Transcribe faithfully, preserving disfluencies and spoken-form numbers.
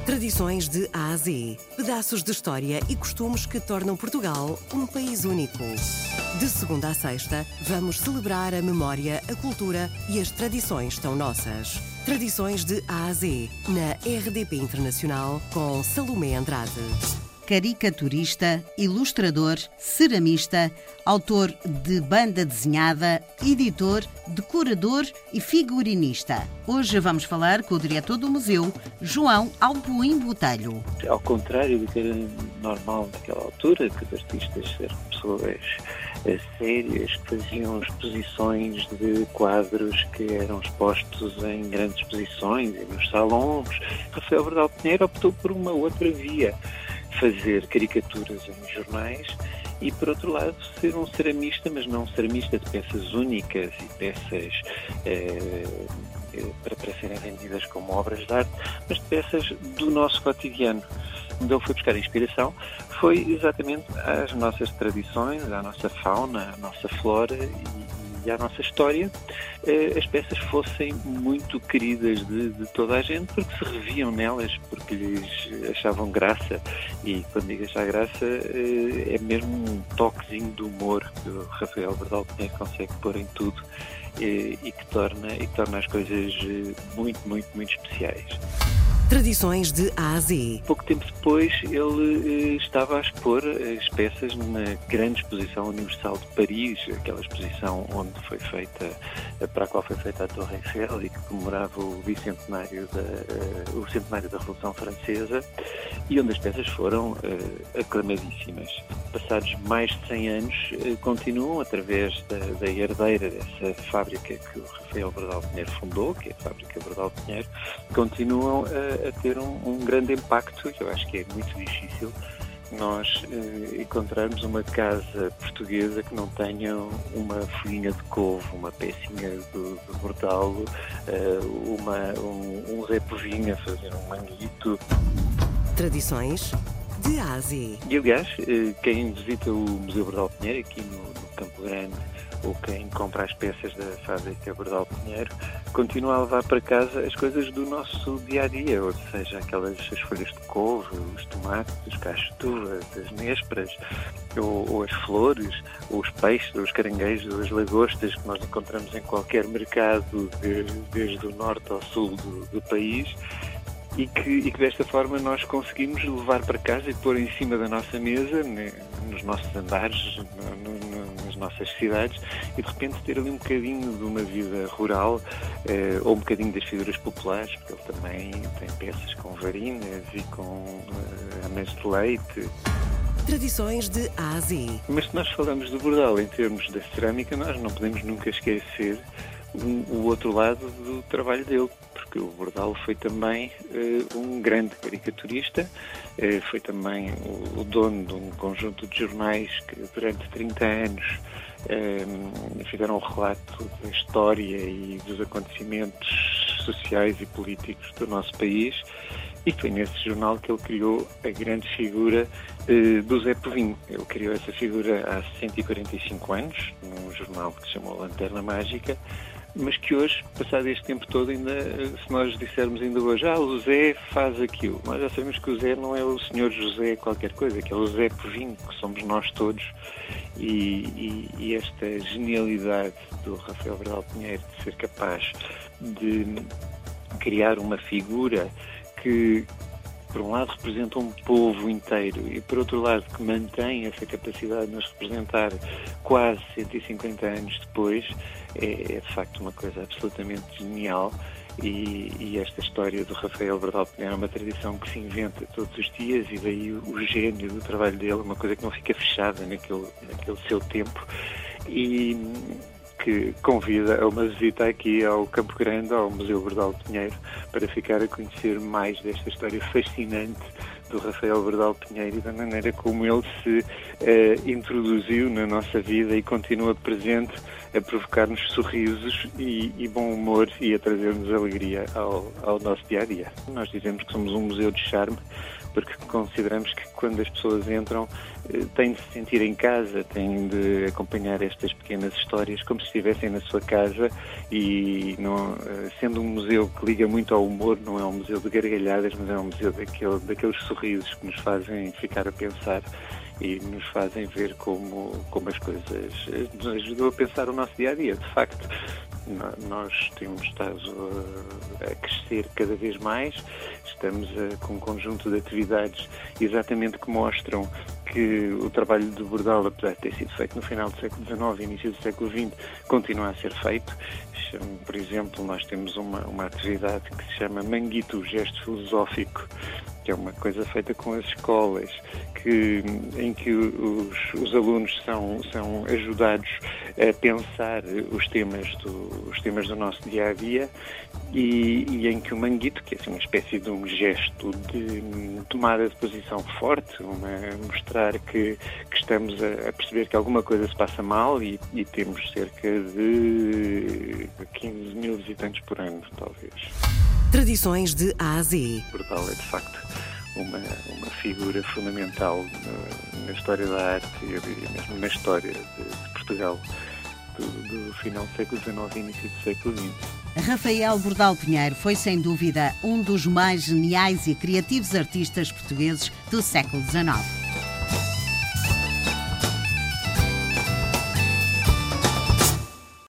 Tradições de A a Z. Pedaços de história e costumes que tornam Portugal um país único. De segunda a sexta, vamos celebrar a memória, a cultura e as tradições tão nossas. Tradições de A a Z, na R D P Internacional, com Salomé Andrade. Caricaturista, ilustrador, ceramista, autor de banda desenhada, editor, decorador e figurinista. Hoje vamos falar com o diretor do museu, João Albuim Botelho. Ao contrário do que era normal naquela altura, que os artistas eram pessoas sérias, que faziam exposições de quadros que eram expostos em grandes exposições e nos salões, Rafael Bordal Pinheiro optou por uma outra via: fazer caricaturas em jornais e, por outro lado, ser um ceramista, mas não um ceramista de peças únicas e peças eh, para, para serem vendidas como obras de arte, mas de peças do nosso cotidiano. Onde ele foi buscar inspiração foi exatamente às nossas tradições, à nossa fauna, à nossa flora e, e à nossa história, eh, as peças fossem muito queridas de, de toda a gente, porque se reviam nelas, porque lhes achavam graça. E quando digo achar graça, eh, é mesmo um toquezinho de humor que o Rafael Bordal Pinheiro consegue pôr em tudo eh, e, que torna, e que torna as coisas muito, muito, muito especiais. Tradições de A a Z. Pouco tempo depois, ele eh, estava a expor as peças numa grande exposição universal de Paris, aquela exposição onde foi feita, para a qual foi feita a Torre Eiffel e que comemorava o bicentenário da, uh, o centenário da Revolução Francesa, e onde as peças foram uh, aclamadíssimas. Passados mais de cem anos, uh, continuam, através da, da herdeira dessa fábrica que o Rafael Bordal Pinheiro fundou, que é a Fábrica Bordal Pinheiro, continuam a, a ter um, um grande impacto. Eu acho que é muito difícil nós eh, encontrarmos uma casa portuguesa que não tenha uma folhinha de couve, uma pecinha do, do Bordal, eh, uma, um, um Zé Povinho a fazer um manguito. Tradições de A a Z. E, aliás, eh, quem visita o Museu Bordal Pinheiro aqui no, no Campo Grande, ou quem compra as peças da Fábrica Bordal Pinheiro, continua a levar para casa as coisas do nosso dia-a-dia, ou seja, aquelas as folhas de couve, os tomates, os cachos de uva, as nésperas, ou, ou as flores, ou os peixes, ou os caranguejos, ou as lagostas que nós encontramos em qualquer mercado, de, desde o norte ao sul do, do país. E que, e que desta forma nós conseguimos levar para casa e pôr em cima da nossa mesa, né, nos nossos andares, no, no, nas nossas cidades, e de repente ter ali um bocadinho de uma vida rural, eh, ou um bocadinho das figuras populares, porque ele também tem peças com varinas e com eh, anéis de leite. Tradições de A a Z. Mas se nós falamos do Bordal em termos da cerâmica, nós não podemos nunca esquecer um, o outro lado do trabalho dele, porque o Bordal foi também uh, um grande caricaturista, uh, foi também o, o dono de um conjunto de jornais que durante trinta anos uh, fizeram um relato da história e dos acontecimentos sociais e políticos do nosso país, e foi nesse jornal que ele criou a grande figura uh, do Zé Povinho. Ele criou essa figura há cento e quarenta e cinco anos, num jornal que se chamou Lanterna Mágica, mas que hoje, passado este tempo todo, ainda, se nós dissermos ainda hoje, ah, o Zé faz aquilo, nós já sabemos que o Zé não é o senhor José qualquer coisa, que é o Zé Povinho, que somos nós todos, e, e, e esta genialidade do Rafael Bordal Pinheiro de ser capaz de criar uma figura que, por um lado, representa um povo inteiro e, por outro lado, que mantém essa capacidade de nos representar quase cento e cinquenta anos depois, é, é de facto uma coisa absolutamente genial. E, e esta história do Rafael Bordal Pinheiro é uma tradição que se inventa todos os dias, e daí o, o gênio do trabalho dele, uma coisa que não fica fechada naquele, naquele seu tempo, e que convida a uma visita aqui ao Campo Grande, ao Museu Bordal Pinheiro, para ficar a conhecer mais desta história fascinante do Rafael Bordal Pinheiro e da maneira como ele se eh, introduziu na nossa vida e continua presente a provocar-nos sorrisos e, e bom humor e a trazer-nos alegria ao, ao nosso dia-a-dia. Nós dizemos que somos um museu de charme, porque consideramos que quando as pessoas entram têm de se sentir em casa, têm de acompanhar estas pequenas histórias como se estivessem na sua casa e não, sendo um museu que liga muito ao humor, não é um museu de gargalhadas, mas é um museu daquele, daqueles sorrisos que nos fazem ficar a pensar e nos fazem ver como, como as coisas nos ajudam a pensar o nosso dia-a-dia. De facto, nós temos estado a crescer cada vez mais, estamos a, com um conjunto de atividades exatamente que mostram que o trabalho de Bordal, apesar de ter sido feito no final do século dezenove e início do século vinte, continua a ser feito. Por exemplo, nós temos uma, uma atividade que se chama Manguito, o gesto filosófico, que é uma coisa feita com as escolas, que, em que os, os alunos são, são ajudados a pensar os temas do, os temas do nosso dia-a-dia e, e em que o manguito, que é assim, uma espécie de um gesto de tomada de posição forte, uma, mostrar que, que estamos a, a perceber que alguma coisa se passa mal e, e temos cerca de quinze mil visitantes por ano, talvez. Tradições de A a Z. Bordal é, de facto, uma, uma figura fundamental na, na história da arte e, eu diria mesmo, na história de, de Portugal do, do final do século dezenove e início do século vinte. Rafael Bordal Pinheiro foi, sem dúvida, um dos mais geniais e criativos artistas portugueses do século dezenove.